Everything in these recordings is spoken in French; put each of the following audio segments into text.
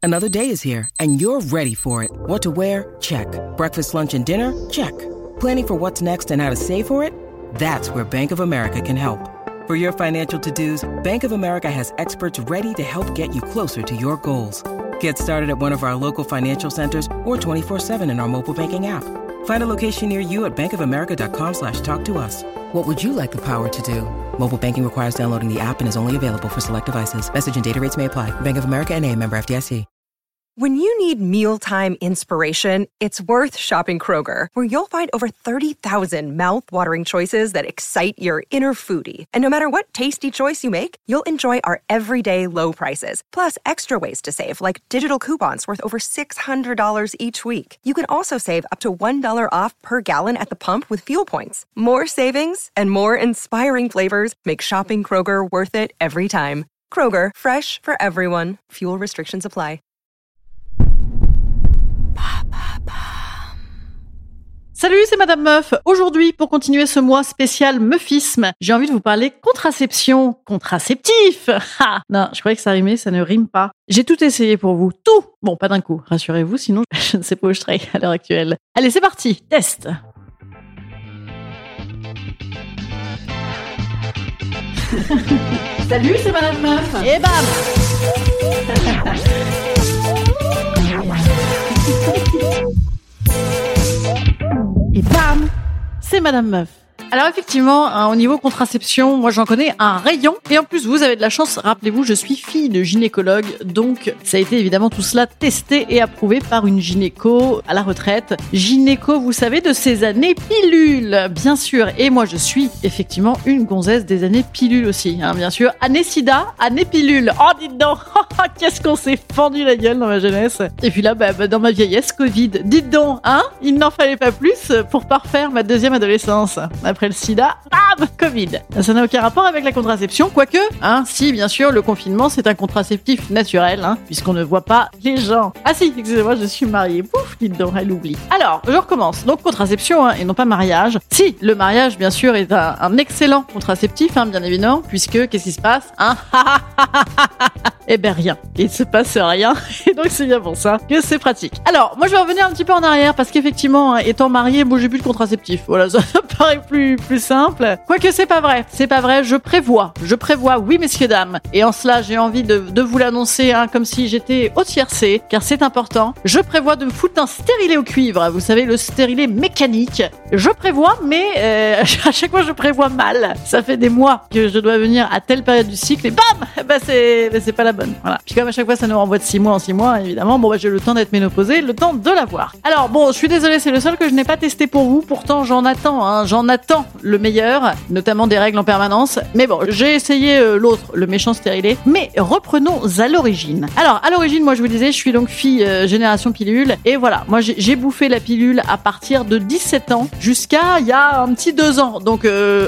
Another day is here, and you're ready for it. What to wear? Check. Breakfast, lunch, and dinner? Check. Planning for what's next and how to save for it? That's where Bank of America can help. For your financial to-dos, Bank of America has experts ready to help get you closer to your goals. Get started at one of our local financial centers or 24/7 in our mobile banking app. Find a location near you at bankofamerica.com/talktous. What would you like the power to do? Mobile banking requires downloading the app and is only available for select devices. Message and data rates may apply. Bank of America N.A., member FDIC. When you need mealtime inspiration, it's worth shopping Kroger, where you'll find over 30,000 mouth-watering choices that excite your inner foodie. And no matter what tasty choice you make, you'll enjoy our everyday low prices, plus extra ways to save, like digital coupons worth over $600 each week. You can also save up to $1 off per gallon at the pump with fuel points. More savings and more inspiring flavors make shopping Kroger worth it every time. Kroger, fresh for everyone. Fuel restrictions apply. Salut, c'est Madame Meuf. Aujourd'hui, pour continuer ce mois spécial meufisme, j'ai envie de vous parler contraception, contraceptif. Ah, non, je croyais que ça rimait, ça ne rime pas. J'ai tout essayé pour vous, tout. Bon, pas d'un coup, rassurez-vous, sinon je ne sais pas où je serai à l'heure actuelle. Allez, c'est parti, test. Salut, c'est Madame Meuf. Et bam. Et bam, c'est Madame Meuf. Alors effectivement, au niveau contraception, moi j'en connais un rayon. Et en plus, vous avez de la chance, rappelez-vous, je suis fille de gynécologue. Donc ça a été évidemment tout cela testé et approuvé par une gynéco à la retraite. Gynéco, vous savez, de ces années pilules, bien sûr. Et moi je suis effectivement une gonzesse des années pilules aussi, hein, bien sûr. Année sida, année pilule. Oh, dites donc, qu'est-ce qu'on s'est fendu la gueule dans ma jeunesse. Et puis là, dans ma vieillesse, Covid. Dites donc, hein, il n'en fallait pas plus pour parfaire ma deuxième adolescence. Après le sida, bam, Covid. Ça n'a aucun rapport avec la contraception, quoique, hein, si, bien sûr, le confinement, c'est un contraceptif naturel, hein, puisqu'on ne voit pas les gens. Ah si, excusez-moi, je suis mariée. Pouf, dites donc, elle oublie. Alors, je recommence. Donc, contraception, hein, et non pas mariage. Si, le mariage, bien sûr, est un excellent contraceptif, hein, bien évidemment, puisque, qu'est-ce qui se passe, hein? Eh ben, rien. Il se passe rien. Et donc, c'est bien pour ça que c'est pratique. Alors, moi, je vais revenir un petit peu en arrière, parce qu'effectivement, hein, étant mariée, bon, j'ai plus de contraceptif. Voilà, ça paraît plus simple. Quoique c'est pas vrai, je prévois, oui messieurs dames. Et en cela, j'ai envie de vous l'annoncer, hein, comme si j'étais au tiercé, car c'est important. Je prévois de me foutre un stérilet au cuivre, vous savez, le stérilet mécanique. Je prévois, mais à chaque fois je prévois mal. Ça fait des mois que je dois venir à telle période du cycle et bam, c'est pas la bonne. Voilà. Puis comme à chaque fois ça nous renvoie de 6 mois en 6 mois, évidemment, bon j'ai le temps d'être ménopausée, le temps de l'avoir. Alors bon, je suis désolée, c'est le seul que je n'ai pas testé pour vous, pourtant j'en attends le meilleur, notamment des règles en permanence. Mais bon, j'ai essayé l'autre, le méchant stérilet. Mais reprenons à l'origine. Alors, à l'origine, moi je vous disais, je suis donc fille génération pilule. Et voilà, moi j'ai bouffé la pilule à partir de 17 ans jusqu'à il y a un petit 2 ans. Donc,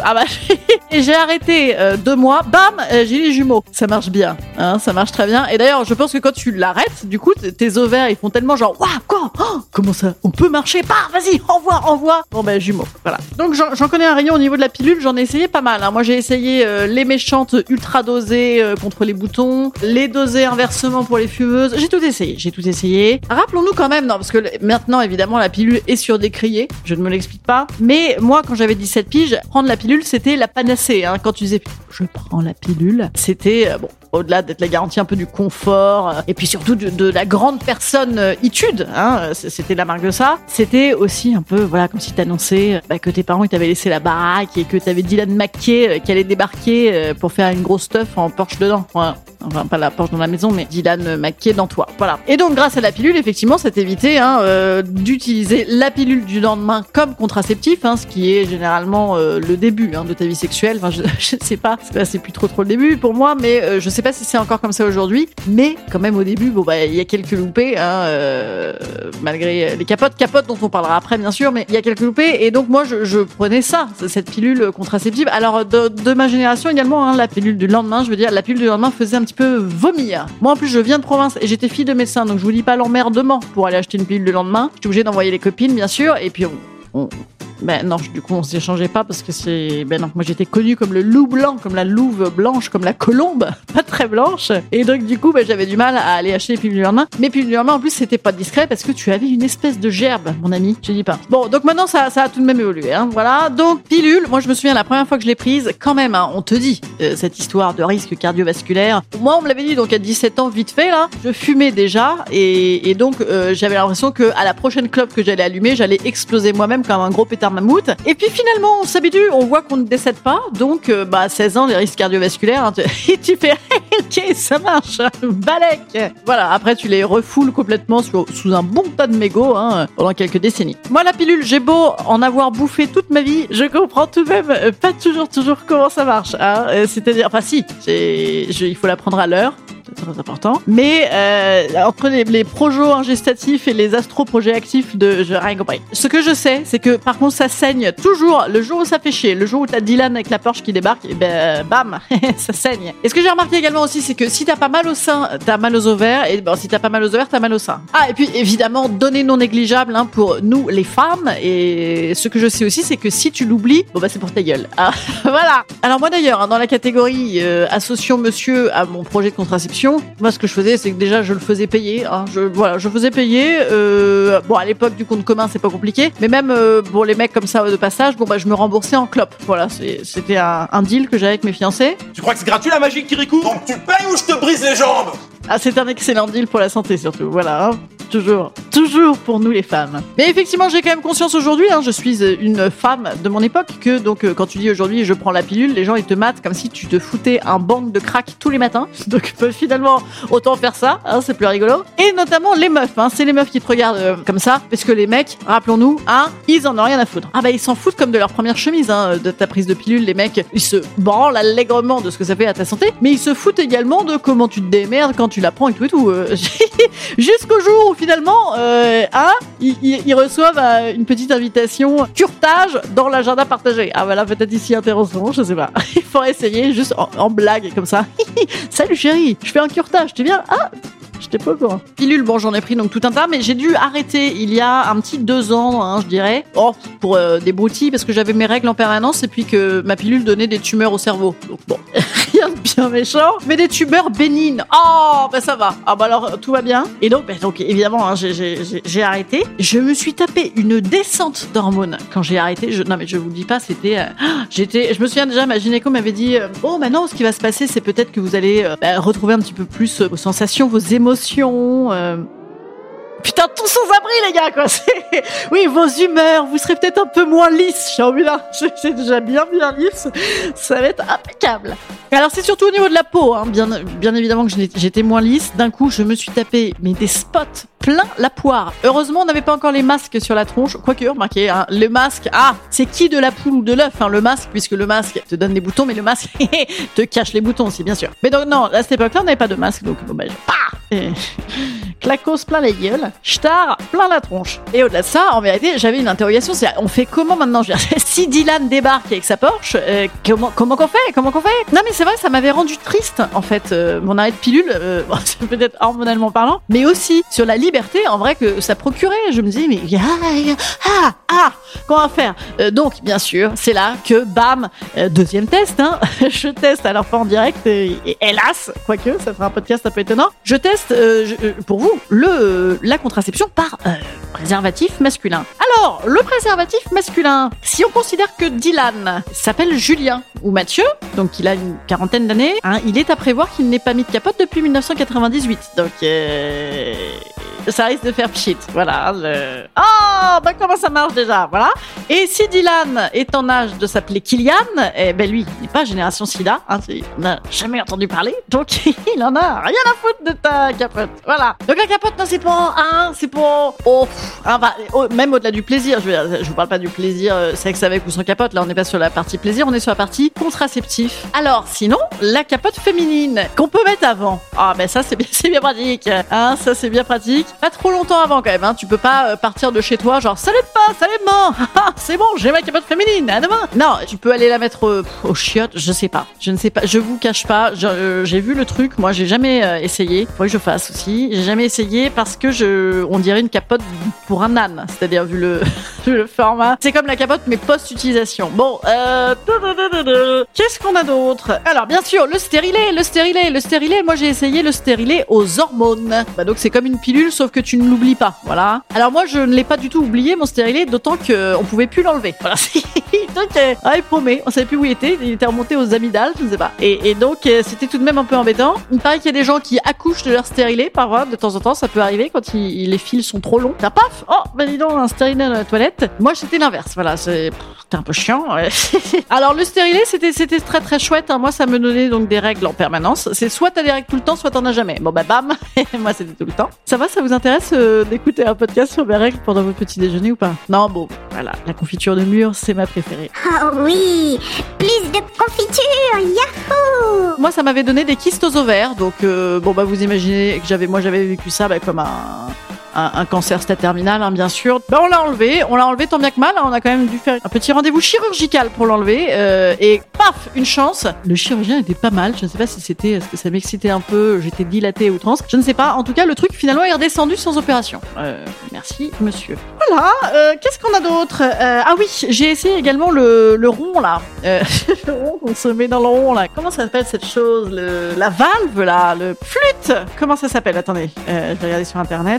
et j'ai arrêté 2 mois, bam, j'ai les jumeaux. Ça marche bien, hein, ça marche très bien. Et d'ailleurs, je pense que quand tu l'arrêtes, du coup, tes ovaires, ils font tellement genre, waouh, quoi, oh, comment ça, on peut marcher, vas-y, envoie. Bon ben, jumeaux, voilà. Donc j'en connais un rayon au niveau de la pilule, j'en ai essayé pas mal, hein. Moi j'ai essayé les méchantes ultra dosées contre les boutons, les dosées inversement pour les fumeuses, j'ai tout essayé. Rappelons-nous quand même, non, parce que maintenant évidemment la pilule est surdécriée, je ne me l'explique pas, mais moi quand j'avais 17 piges, prendre la pilule c'était la panacée, hein. Quand tu disais je prends la pilule, c'était bon, au-delà d'être la garantie un peu du confort, et puis surtout de la grande personne itude, hein, c'était la marque de ça. C'était aussi un peu, voilà, comme si t'annonçais que tes parents ils t'avaient laissé la baraque et que t'avais Dylan McKay qui allait débarquer pour faire une grosse teuf en Porsche dedans. Voilà. Enfin, pas la Porsche dans la maison, mais Dylan McKay dans toi. Voilà. Et donc, grâce à la pilule, effectivement, ça t'évitait d'utiliser la pilule du lendemain comme contraceptif, hein, ce qui est généralement le début de ta vie sexuelle. Enfin, je sais pas, c'est plus trop le début pour moi, mais je sais pas si c'est encore comme ça aujourd'hui. Mais quand même, au début, il y a quelques loupés, malgré les capotes dont on parlera après, bien sûr, mais il y a quelques loupés. Et donc, moi, je prenais cette pilule contraceptive. Alors, de ma génération également, la pilule du lendemain, je veux dire, la pilule du lendemain faisait un petit peu vomir. Moi, en plus, je viens de province et j'étais fille de médecin, donc je vous dis pas l'emmerdement pour aller acheter une pilule le lendemain. J'étais obligée d'envoyer les copines, bien sûr, et puis Ben non, du coup, on s'y échangeait pas parce que ben non, moi j'étais connue comme le loup blanc, comme la louve blanche, comme la colombe, pas très blanche. Et donc, du coup, ben, j'avais du mal à aller acheter les pilules du lendemain. Mais pilules du lendemain, en plus, c'était pas discret parce que tu avais une espèce de gerbe, mon ami. Je dis pas. Bon, donc maintenant, ça a tout de même évolué, hein. Voilà. Donc, pilule. Moi, je me souviens la première fois que je l'ai prise, quand même, hein, on te dit, cette histoire de risque cardiovasculaire. Moi, on me l'avait dit, donc à 17 ans, vite fait, là, je fumais déjà. Et donc, j'avais l'impression que à la prochaine clope que j'allais allumer, j'allais exploser moi-même comme un gros pétard mammouth. Et puis finalement, on s'habitue, on voit qu'on ne décède pas. Donc, à 16 ans, les risques cardiovasculaires, hein, et tu fais, ok, ça marche, balèque. Voilà, après, tu les refoules complètement sous un bon tas de mégots, hein, pendant quelques décennies. Moi, la pilule, j'ai beau en avoir bouffé toute ma vie, je comprends tout de même pas toujours comment ça marche. Hein. C'est-à-dire, enfin si, il faut la prendre à l'heure. C'est très important. Mais entre les projos ingestatifs et les astroprojets actifs j'ai rien compris. Ce que je sais, c'est que par contre ça saigne toujours le jour où ça fait chier. Le jour où t'as Dylan avec la Porsche qui débarque, et ben bam, ça saigne. Et ce que j'ai remarqué également aussi, c'est que si t'as pas mal au sein, t'as mal aux ovaires. Et bon, si t'as pas mal aux ovaires, t'as mal au sein. Ah, et puis évidemment, données non négligeables, hein, pour nous les femmes. Et ce que je sais aussi, c'est que si tu l'oublies, bon bah c'est pour ta gueule. Ah, voilà. Alors moi d'ailleurs, hein, dans la catégorie associons monsieur à mon projet de contraception, moi ce que je faisais, c'est que déjà je le faisais payer, hein. Je faisais payer. Bon, à l'époque du compte commun c'est pas compliqué, mais même pour les mecs comme ça de passage, bon bah je me remboursais en clope. Voilà, c'était un deal que j'avais avec mes fiancés. Tu crois que c'est gratuit la magie, Kirikou? Donc tu payes ou je te brise les jambes? Ah, c'est un excellent deal pour la santé surtout, voilà, hein. Toujours pour nous les femmes. Mais effectivement, j'ai quand même conscience aujourd'hui, hein, je suis une femme de mon époque, que donc quand tu dis aujourd'hui je prends la pilule, les gens ils te matent comme si tu te foutais un bang de crack tous les matins. Donc finalement, autant faire ça, hein, c'est plus rigolo. Et notamment les meufs, hein, c'est les meufs qui te regardent comme ça, parce que les mecs, rappelons-nous, hein, ils en ont rien à foutre. Ah bah ils s'en foutent comme de leur première chemise, hein, de ta prise de pilule. Les mecs, ils se branlent allègrement de ce que ça fait à ta santé, mais ils se foutent également de comment tu te démerdes quand tu la prends et tout. Jusqu'au jour où finalement, ils reçoivent une petite invitation curtage dans l'agenda partagé. Ah voilà, peut-être ici intéressant, je sais pas. Il faudrait essayer juste en blague comme ça. Salut chérie, je fais un curtage, t'es bien? Ah, j'étais pas au courant. Pilule, bon, j'en ai pris donc tout un tas, mais j'ai dû arrêter il y a un petit 2 ans, hein, je dirais. Oh, pour des broutilles, parce que j'avais mes règles en permanence et puis que ma pilule donnait des tumeurs au cerveau. Donc bon, rien de bien méchant, mais des tumeurs bénignes. Oh, bah ça va. Ah bah alors, tout va bien. Et donc évidemment, hein, j'ai arrêté. Je me suis tapé une descente d'hormones quand j'ai arrêté. Non mais je vous dis pas, c'était... je me souviens déjà, ma gynéco m'avait dit oh, maintenant, ce qui va se passer, c'est peut-être que vous allez retrouver un petit peu plus vos sensations, vos émotions... Putain, tout sans abri, les gars, quoi. Oui, vos humeurs, vous serez peut-être un peu moins lisse. J'ai envie là. J'ai déjà bien lisse. Ça va être impeccable. Alors, c'est surtout au niveau de la peau, hein. Bien évidemment que j'étais moins lisse. D'un coup, je me suis tapé des spots plein la poire. Heureusement, on n'avait pas encore les masques sur la tronche. Quoique, remarquez, hein, le masque, c'est qui de la poule ou de l'œuf, hein, le masque, puisque le masque te donne des boutons, mais le masque te cache les boutons aussi, bien sûr. Mais donc, non, à cette époque-là, on n'avait pas de masque, donc, bon, ben, clacos plein les gueules, star plein la tronche. Et au-delà de ça, en vérité, j'avais une interrogation, c'est on fait comment maintenant? Je veux dire, si Dylan débarque avec sa Porsche, comment qu'on fait? Non mais c'est vrai, ça m'avait rendu triste en fait, mon arrêt de pilule, bon, c'est peut-être hormonalement parlant, mais aussi sur la liberté en vrai que ça procurait. Je me disais mais comment faire? Donc bien sûr, c'est là que bam, deuxième test, hein, je teste, alors pas en direct, et hélas, quoique ça fera un podcast un peu étonnant, je teste pour vous la contraception par préservatif masculin. Alors, le préservatif masculin, si on considère que Dylan s'appelle Julien ou Mathieu, donc il a une quarantaine d'années, hein, il est à prévoir qu'il n'ait pas mis de capote depuis 1998. Donc, ça risque de faire pchit. Voilà. Oh, bah comment ça marche déjà? Voilà. Et si Dylan est en âge de s'appeler Kylian, lui, il n'est pas génération sida. Hein, on n'a jamais entendu parler. Donc, il en a rien à foutre de ta capote. Voilà. Donc, la capote, non, c'est pour... même au-delà du plaisir. Je vous parle pas du plaisir sexe avec ou sans capote. Là, on n'est pas sur la partie plaisir, on est sur la partie contraceptif. Alors, sinon, la capote féminine qu'on peut mettre avant. Ah, ben ça, c'est bien pratique. Hein, ça, c'est bien pratique. pas trop longtemps avant quand même, hein. Tu peux pas partir de chez toi genre salut maman, c'est bon, j'ai ma capote féminine, à demain. Non, tu peux aller la mettre au chiottes, je ne sais pas, je vous cache pas, j'ai vu le truc, moi j'ai jamais essayé, faudrait que je fasse aussi, j'ai jamais essayé parce que on dirait une capote pour un âne, c'est-à-dire vu le format, c'est comme la capote mais post-utilisation. Bon, qu'est-ce qu'on a d'autre? Alors bien sûr, le stérilet, moi j'ai essayé le stérilet aux hormones. Bah donc c'est comme une pilule sauf que tu ne l'oublies pas, voilà. Alors moi je ne l'ai pas du tout oublié mon stérilet, d'autant qu'on pouvait plus l'enlever. Voilà, donc il promet, on savait plus où il était remonté aux amygdales, je ne sais pas. Et donc c'était tout de même un peu embêtant. Il paraît qu'il y a des gens qui accouchent de leur stérilet, parfois, de temps en temps, ça peut arriver quand les fils sont trop longs. T'as paf, oh bah dis donc un stérilet dans la toilette. Moi c'était l'inverse, voilà, c'était un peu chiant. Ouais. Alors le stérilet c'était très très chouette, hein. Moi ça me donnait donc des règles en permanence. C'est soit t'as des règles tout le temps, soit t'en as jamais. Bon bah bam, moi c'était tout le temps. Ça va, ça vous intéresse d'écouter un podcast sur mes règles pendant votre petit déjeuner ou pas? Non, bon, voilà, la confiture de mûre c'est ma préférée. Oh oui, plus de confiture, yahoo! Moi ça m'avait donné des kystes aux ovaires, donc bon bah vous imaginez que j'avais vécu ça comme un cancer stade terminal, hein, bien sûr. Ben, on l'a enlevé tant bien que mal, hein, on a quand même dû faire un petit rendez-vous chirurgical pour l'enlever, et paf, une chance. Le chirurgien était pas mal, je ne sais pas si est-ce que ça m'excitait un peu, j'étais dilatée à outrance, je ne sais pas. En tout cas, le truc finalement est redescendu sans opération. Merci, monsieur. Voilà, qu'est-ce qu'on a d'autre? Ah oui, j'ai essayé également le rond, là. Le rond qu'on se met dans le rond, là. Comment ça s'appelle cette chose? La valve, là, le flûte. Comment ça s'appelle? Attendez, je vais regarder sur internet.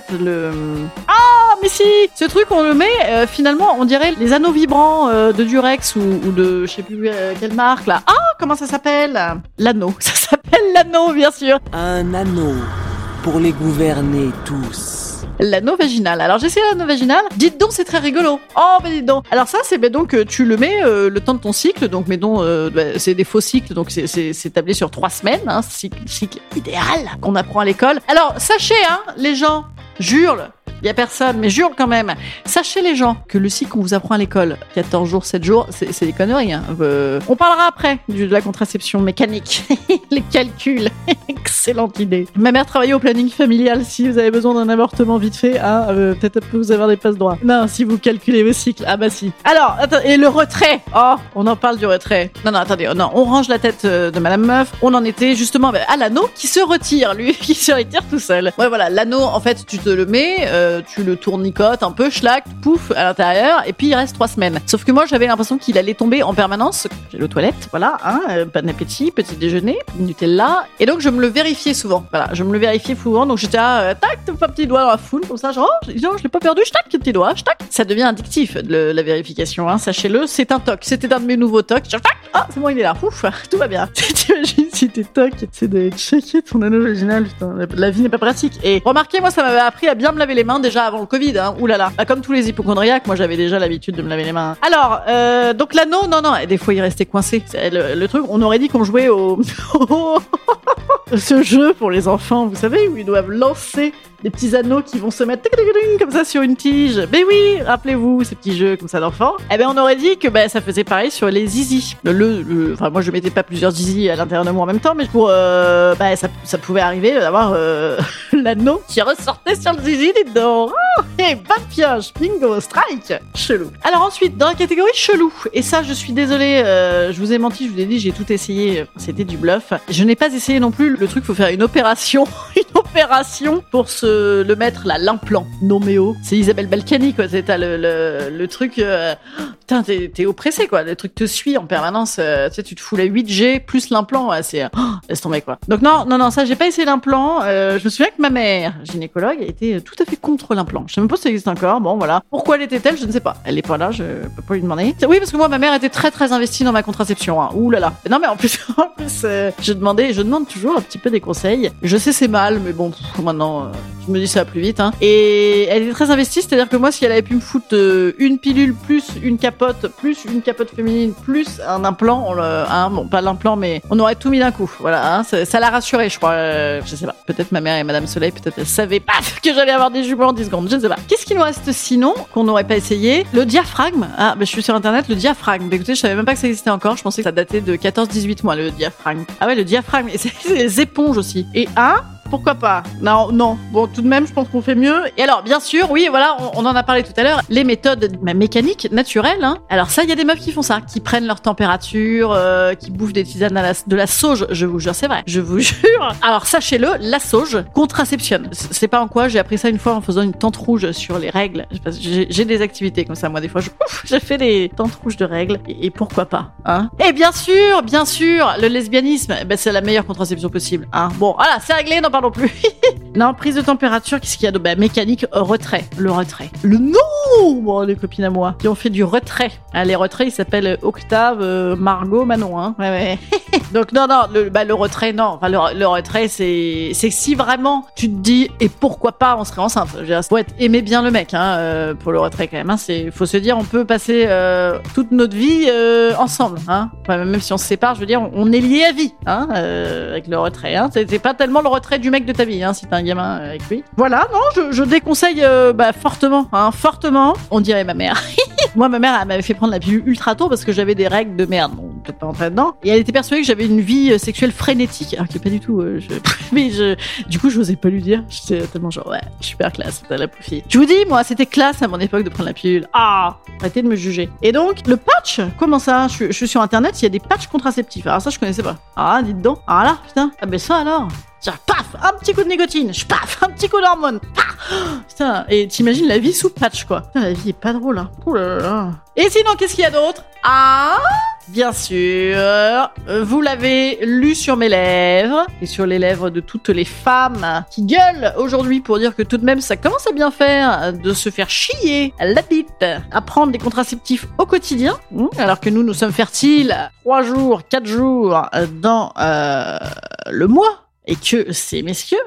Ah, mais si! Ce truc, on le met, finalement, on dirait les anneaux vibrants de Durex ou de, je sais plus quelle marque, là. Ah, comment ça s'appelle? L'anneau. Ça s'appelle l'anneau, bien sûr. Un anneau pour les gouverner tous. L'anneau vaginal. Alors j'ai essayé l'anneau vaginal. Dites donc, c'est très rigolo. Oh, mais dites donc. Alors ça, c'est donc tu le mets le temps de ton cycle. Donc, c'est des faux cycles. Donc c'est établi sur 3 semaines. Hein, cycle idéal qu'on apprend à l'école. Alors sachez, hein, les gens, jurent. Il y a personne, mais jure quand même. Sachez les gens que le cycle qu'on vous apprend à l'école, 14 jours, 7 jours, c'est des conneries. Hein. On parlera après de la contraception mécanique, les calculs. Excellente idée. Ma mère travaillait au planning familial. Si vous avez besoin d'un avortement vite fait, hein, peut-être vous avoir des passes droits. Non, si vous calculez vos cycles, ah bah si. Alors, et le retrait. Oh, on en parle du retrait. Non, attendez, non, on range la tête de Madame Meuf. On en était justement à l'anneau qui se retire, lui, qui se retire tout seul. Ouais, voilà, l'anneau, en fait, tu te le mets. Tu le tournicotes un peu, schlac, pouf, à l'intérieur, et puis il reste 3 semaines. Sauf que moi, j'avais l'impression qu'il allait tomber en permanence. J'ai aux toilettes, voilà, hein, bon appétit, petit déjeuner, Nutella, et donc je me le vérifiais souvent. Voilà, je me le vérifiais souvent, donc j'étais là, tac, un petit doigt dans la foule, comme ça, genre, oh, je l'ai pas perdu, tac, petit doigt, tac. Ça devient addictif, la vérification, hein, sachez-le, c'est un toc. C'était un de mes nouveaux tocs, tac, ah, c'est bon, il est là, ouf, tout va bien. T'imagines si t'es toc, c'est de checker ton anneau vaginal, putain, la vie n'est pas pratique. Et remarquez, moi, ça m'avait appris à bien me laver les mains déjà avant le Covid, hein. Oulala. Bah, comme tous les hypochondriaques, moi j'avais déjà l'habitude de me laver les mains. Alors, donc l'anneau, non, des fois il restait coincé. C'est le truc, on aurait dit qu'on jouait au ce jeu pour les enfants, vous savez, où ils doivent lancer des petits anneaux qui vont se mettre comme ça sur une tige. Mais oui, rappelez-vous ces petits jeux comme ça d'enfants. Eh ben on aurait dit que ça faisait pareil sur les zizi. Enfin moi je mettais pas plusieurs zizi à l'intérieur de moi en même temps, mais pour ça pouvait arriver d'avoir l'anneau qui ressortait sur le zizi dedans. Oh, et bonne pioche, bingo, strike, chelou. Alors ensuite dans la catégorie chelou, et ça je suis désolée, je vous ai menti, je vous ai dit j'ai tout essayé, c'était du bluff. Je n'ai pas essayé non plus le truc, faut faire une opération pour le mettre là, l'implant Noméo. C'est Isabelle Balkany quoi, c'est le truc putain t'es oppressé quoi, le truc te suit en permanence, tu sais tu te fous la 8G plus l'implant, ouais, c'est laisse tomber quoi. Donc non ça j'ai pas essayé l'implant, je me souviens que ma mère gynécologue était tout à fait contre l'implant. Je sais même pas si ça existe encore, bon voilà. Pourquoi l'était-elle, je ne sais pas. Elle est pas là, je peux pas lui demander. Oui parce que moi ma mère était très très investie dans ma contraception, hein. Ouh là là. Non mais en plus je demande toujours un petit peu des conseils. Je sais c'est mal mais bon maintenant je me dis ça va plus vite hein. Et elle est très investie, c'est-à-dire que moi si elle avait pu me foutre une pilule plus une capote féminine plus un implant, bon pas l'implant mais on aurait tout mis d'un coup. Voilà, hein. Ça l'a rassurée je crois. Je sais pas. Peut-être ma mère et Madame Soleil, peut-être elle savait pas que j'allais avoir des jumeaux en 10 secondes. Je ne sais pas. Qu'est-ce qu'il nous reste sinon qu'on n'aurait pas essayé? Le diaphragme. Ah je suis sur internet, le diaphragme. Écoutez, je savais même pas que ça existait encore. Je pensais que ça datait de 14-18 mois le diaphragme. Ah ouais le diaphragme. Et c'est les éponges aussi. Et Pourquoi pas? Non. Bon, tout de même, je pense qu'on fait mieux. Et alors, bien sûr, oui, voilà, on en a parlé tout à l'heure, les méthodes mécaniques, naturelles. Hein. Alors ça, il y a des meufs qui font ça, qui prennent leur température, qui bouffent des tisanes de la sauge. Je vous jure, c'est vrai. Je vous jure. Alors sachez-le, la sauge contraceptionne. C'est pas en quoi. J'ai appris ça une fois en faisant une tente rouge sur les règles. J'ai des activités comme ça, moi, des fois. J'ai fait des tentes rouges de règles. Et pourquoi pas, hein? Et bien sûr, le lesbianisme, c'est la meilleure contraception possible. Hein. Bon, voilà, c'est réglé, n'en parlons plus. Non, prise de température, qu'est-ce qu'il y a de mécanique, retrait. Le retrait. Le non! Bon, les copines à moi qui ont fait du retrait. Hein, les retraits, ils s'appellent Octave, Margot, Manon. Hein. Ouais. Donc non, le retrait, non. Enfin, le retrait, c'est si vraiment tu te dis, et pourquoi pas, on serait enceinte. Faut aimer bien le mec, hein, pour le retrait quand même. Hein, faut se dire, on peut passer toute notre vie ensemble. Hein. Enfin, même si on se sépare, je veux dire, on est liés à vie, hein, avec le retrait. Hein. C'est pas tellement le retrait du mec de ta vie, hein, si t'as un gamin avec lui. Voilà, non, je déconseille fortement, hein, fortement. On dirait ma mère. Moi, ma mère, elle m'avait fait prendre la pilule ultra tôt parce que j'avais des règles de merde. Bon, peut-être pas entrer dedans. Et elle était persuadée que j'avais une vie sexuelle frénétique. Alors que pas du tout. Du coup, je n'osais pas lui dire. J'étais tellement genre, ouais, super classe, t'as la fille. Je vous dis, moi, c'était classe à mon époque de prendre la pilule. Ah, arrêtez de me juger. Et donc, le patch, comment ça? Je suis sur internet, il y a des patchs contraceptifs. Alors ça, je connaissais pas. Ah, dites donc. Ah là, putain. Ah ben ça alors. Paf, un petit coup de nicotine, paf, un petit coup d'hormone, paf. Putain, et t'imagines la vie sous patch, quoi. Putain, la vie est pas drôle, hein. Ouh là là. Et sinon, qu'est-ce qu'il y a d'autre? Ah, bien sûr, vous l'avez lu sur mes lèvres, et sur les lèvres de toutes les femmes qui gueulent aujourd'hui pour dire que tout de même, ça commence à bien faire de se faire chier la bite, à prendre des contraceptifs au quotidien, alors que nous sommes fertiles 3 jours, 4 jours dans le mois. Et que ces messieurs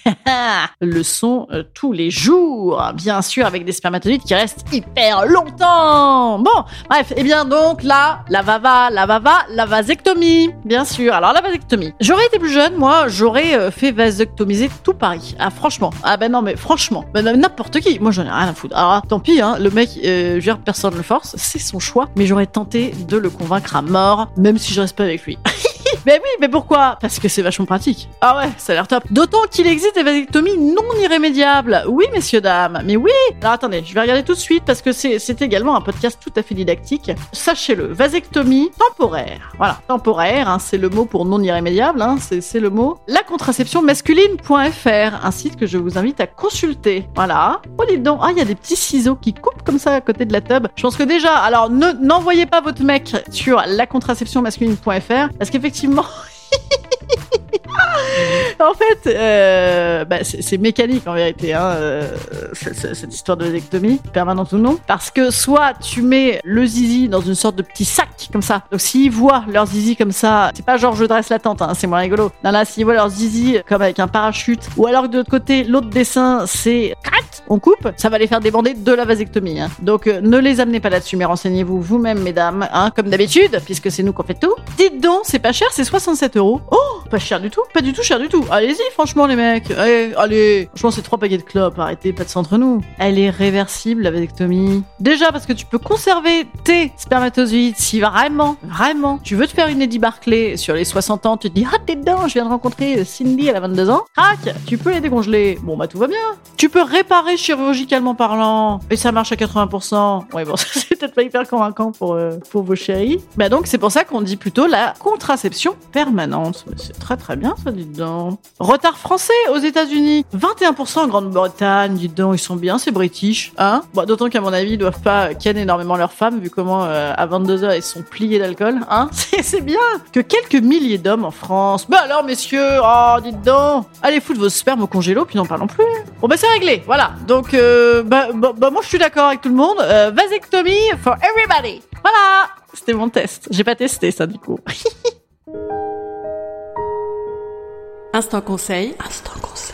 le sont tous les jours, bien sûr, avec des spermatozoïdes qui restent hyper longtemps. Bon, bref, et bien donc là, la vasectomie, bien sûr. Alors la vasectomie, j'aurais été plus jeune, moi, j'aurais fait vasectomiser tout Paris. Ah franchement, non mais franchement, n'importe qui. Moi j'en ai rien à foutre. Alors tant pis, hein, le mec, je veux dire, personne ne le force, c'est son choix. Mais j'aurais tenté de le convaincre à mort, même si je reste pas avec lui. Mais oui, mais pourquoi? Parce que c'est vachement pratique. Ah ouais, ça a l'air top. D'autant qu'il existe des vasectomies non irrémédiables. Oui, messieurs, dames, mais oui. Alors attendez, je vais regarder tout de suite parce que c'est également un podcast tout à fait didactique. Sachez-le, vasectomie temporaire. Voilà, temporaire, hein, c'est le mot pour non irrémédiable, hein, c'est le mot. Lacontraceptionmasculine.fr, un site que je vous invite à consulter. Voilà. Oh, dites donc, il y a des petits ciseaux qui coupent comme ça à côté de la tub. Je pense que déjà, alors n'envoyez pas votre mec sur lacontraceptionmasculine.fr parce qu'effectivement, en fait, c'est mécanique en vérité, hein, cette histoire de vasectomie, permanente ou non. Parce que soit tu mets le zizi dans une sorte de petit sac comme ça. Donc s'ils voient leur zizi comme ça, c'est pas genre je dresse la tente, hein, c'est moins rigolo. Non, là, s'ils voient leur zizi comme avec un parachute, ou alors que de l'autre côté, l'autre dessin, c'est on coupe, ça va les faire débander de la vasectomie. Hein. Donc ne les amenez pas là-dessus, mais renseignez-vous vous-même, mesdames, hein, comme d'habitude, puisque c'est nous qu'on fait tout. Dites donc, c'est pas cher, c'est 67 €. Oh, pas cher du tout, pas du tout cher du tout. Allez-y, franchement, les mecs. Allez. Franchement, c'est 3 paquets de clopes. Arrêtez, pas de ça entre nous. Elle est réversible, la vasectomie. Déjà, parce que tu peux conserver tes spermatozoïdes si vraiment, tu veux te faire une Eddie Barclay sur les 60 ans, tu te dis, t'es dedans, je viens de rencontrer Cindy, elle a 22 ans. Crac, tu peux les décongeler. Bon, tout va bien. Tu peux réparer chirurgicalement parlant. Et ça marche à 80%. Ouais, bon, c'est peut-être pas hyper convaincant pour vos chéris. Donc, c'est pour ça qu'on dit plutôt la contraception permanente. C'est très très bien, ça, dites donc. Retard français aux États-Unis. 21% en Grande-Bretagne, dites donc, ils sont bien, c'est british. Hein, d'autant qu'à mon avis, ils doivent pas ken énormément leurs femmes, vu comment à 22h, ils sont pliés d'alcool. Hein, c'est bien. Que quelques milliers d'hommes en France. Alors, messieurs, dites donc. Allez foutre vos spermes au congélo, puis n'en parlons plus. Bon, c'est réglé, voilà. Donc, moi, je suis d'accord avec tout le monde. Vasectomie for everybody. Voilà. C'était mon test. J'ai pas testé ça, du coup. Instant conseil. Instant conseil.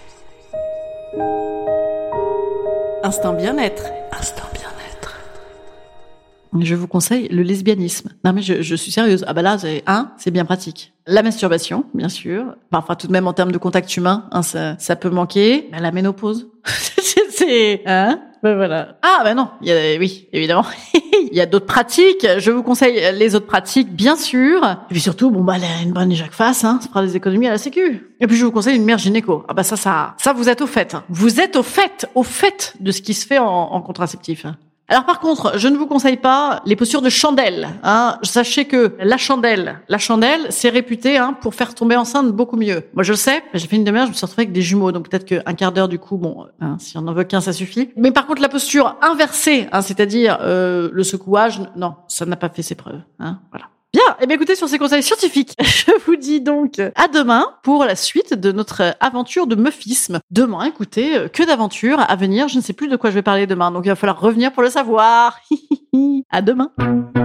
Instant bien-être. Instant bien-être. Je vous conseille le lesbianisme. Non mais je suis sérieuse. Là, c'est bien pratique. La masturbation, bien sûr. Parfois tout de même en termes de contact humain, ça peut manquer. La ménopause. Voilà. Ah, bah non. Oui, évidemment. Il y a d'autres pratiques. Je vous conseille les autres pratiques, bien sûr. Et puis surtout, une bonne éjac-face, ça fera des économies à la sécu. Et puis je vous conseille une mère gynéco. Ah bah ça, vous êtes au fait. Vous êtes au fait de ce qui se fait en contraceptif. Alors par contre, je ne vous conseille pas les postures de chandelle. Sachez que la chandelle, c'est réputé pour faire tomber enceinte beaucoup mieux. Moi je le sais, j'ai fait une demi-heure, je me suis retrouvée avec des jumeaux, donc peut-être qu'un quart d'heure du coup, si on en veut qu'un, ça suffit. Mais par contre la posture inversée, c'est-à-dire le secouage, non, ça n'a pas fait ses preuves. Voilà. Bien, et bien écoutez, sur ces conseils scientifiques, je vous dis donc à demain pour la suite de notre aventure de meufisme. Demain, écoutez, que d'aventures à venir, je ne sais plus de quoi je vais parler demain, donc il va falloir revenir pour le savoir. À demain.